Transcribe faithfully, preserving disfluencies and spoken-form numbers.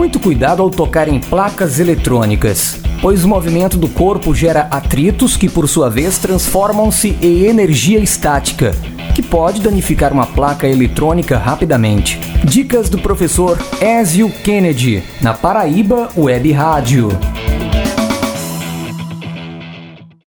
muito cuidado ao tocar em placas eletrônicas, pois o movimento do corpo gera atritos que, por sua vez, transformam-se em energia estática, que pode danificar uma placa eletrônica rapidamente. Dicas do professor Ézio Kennedy, na Paraíba Web Rádio.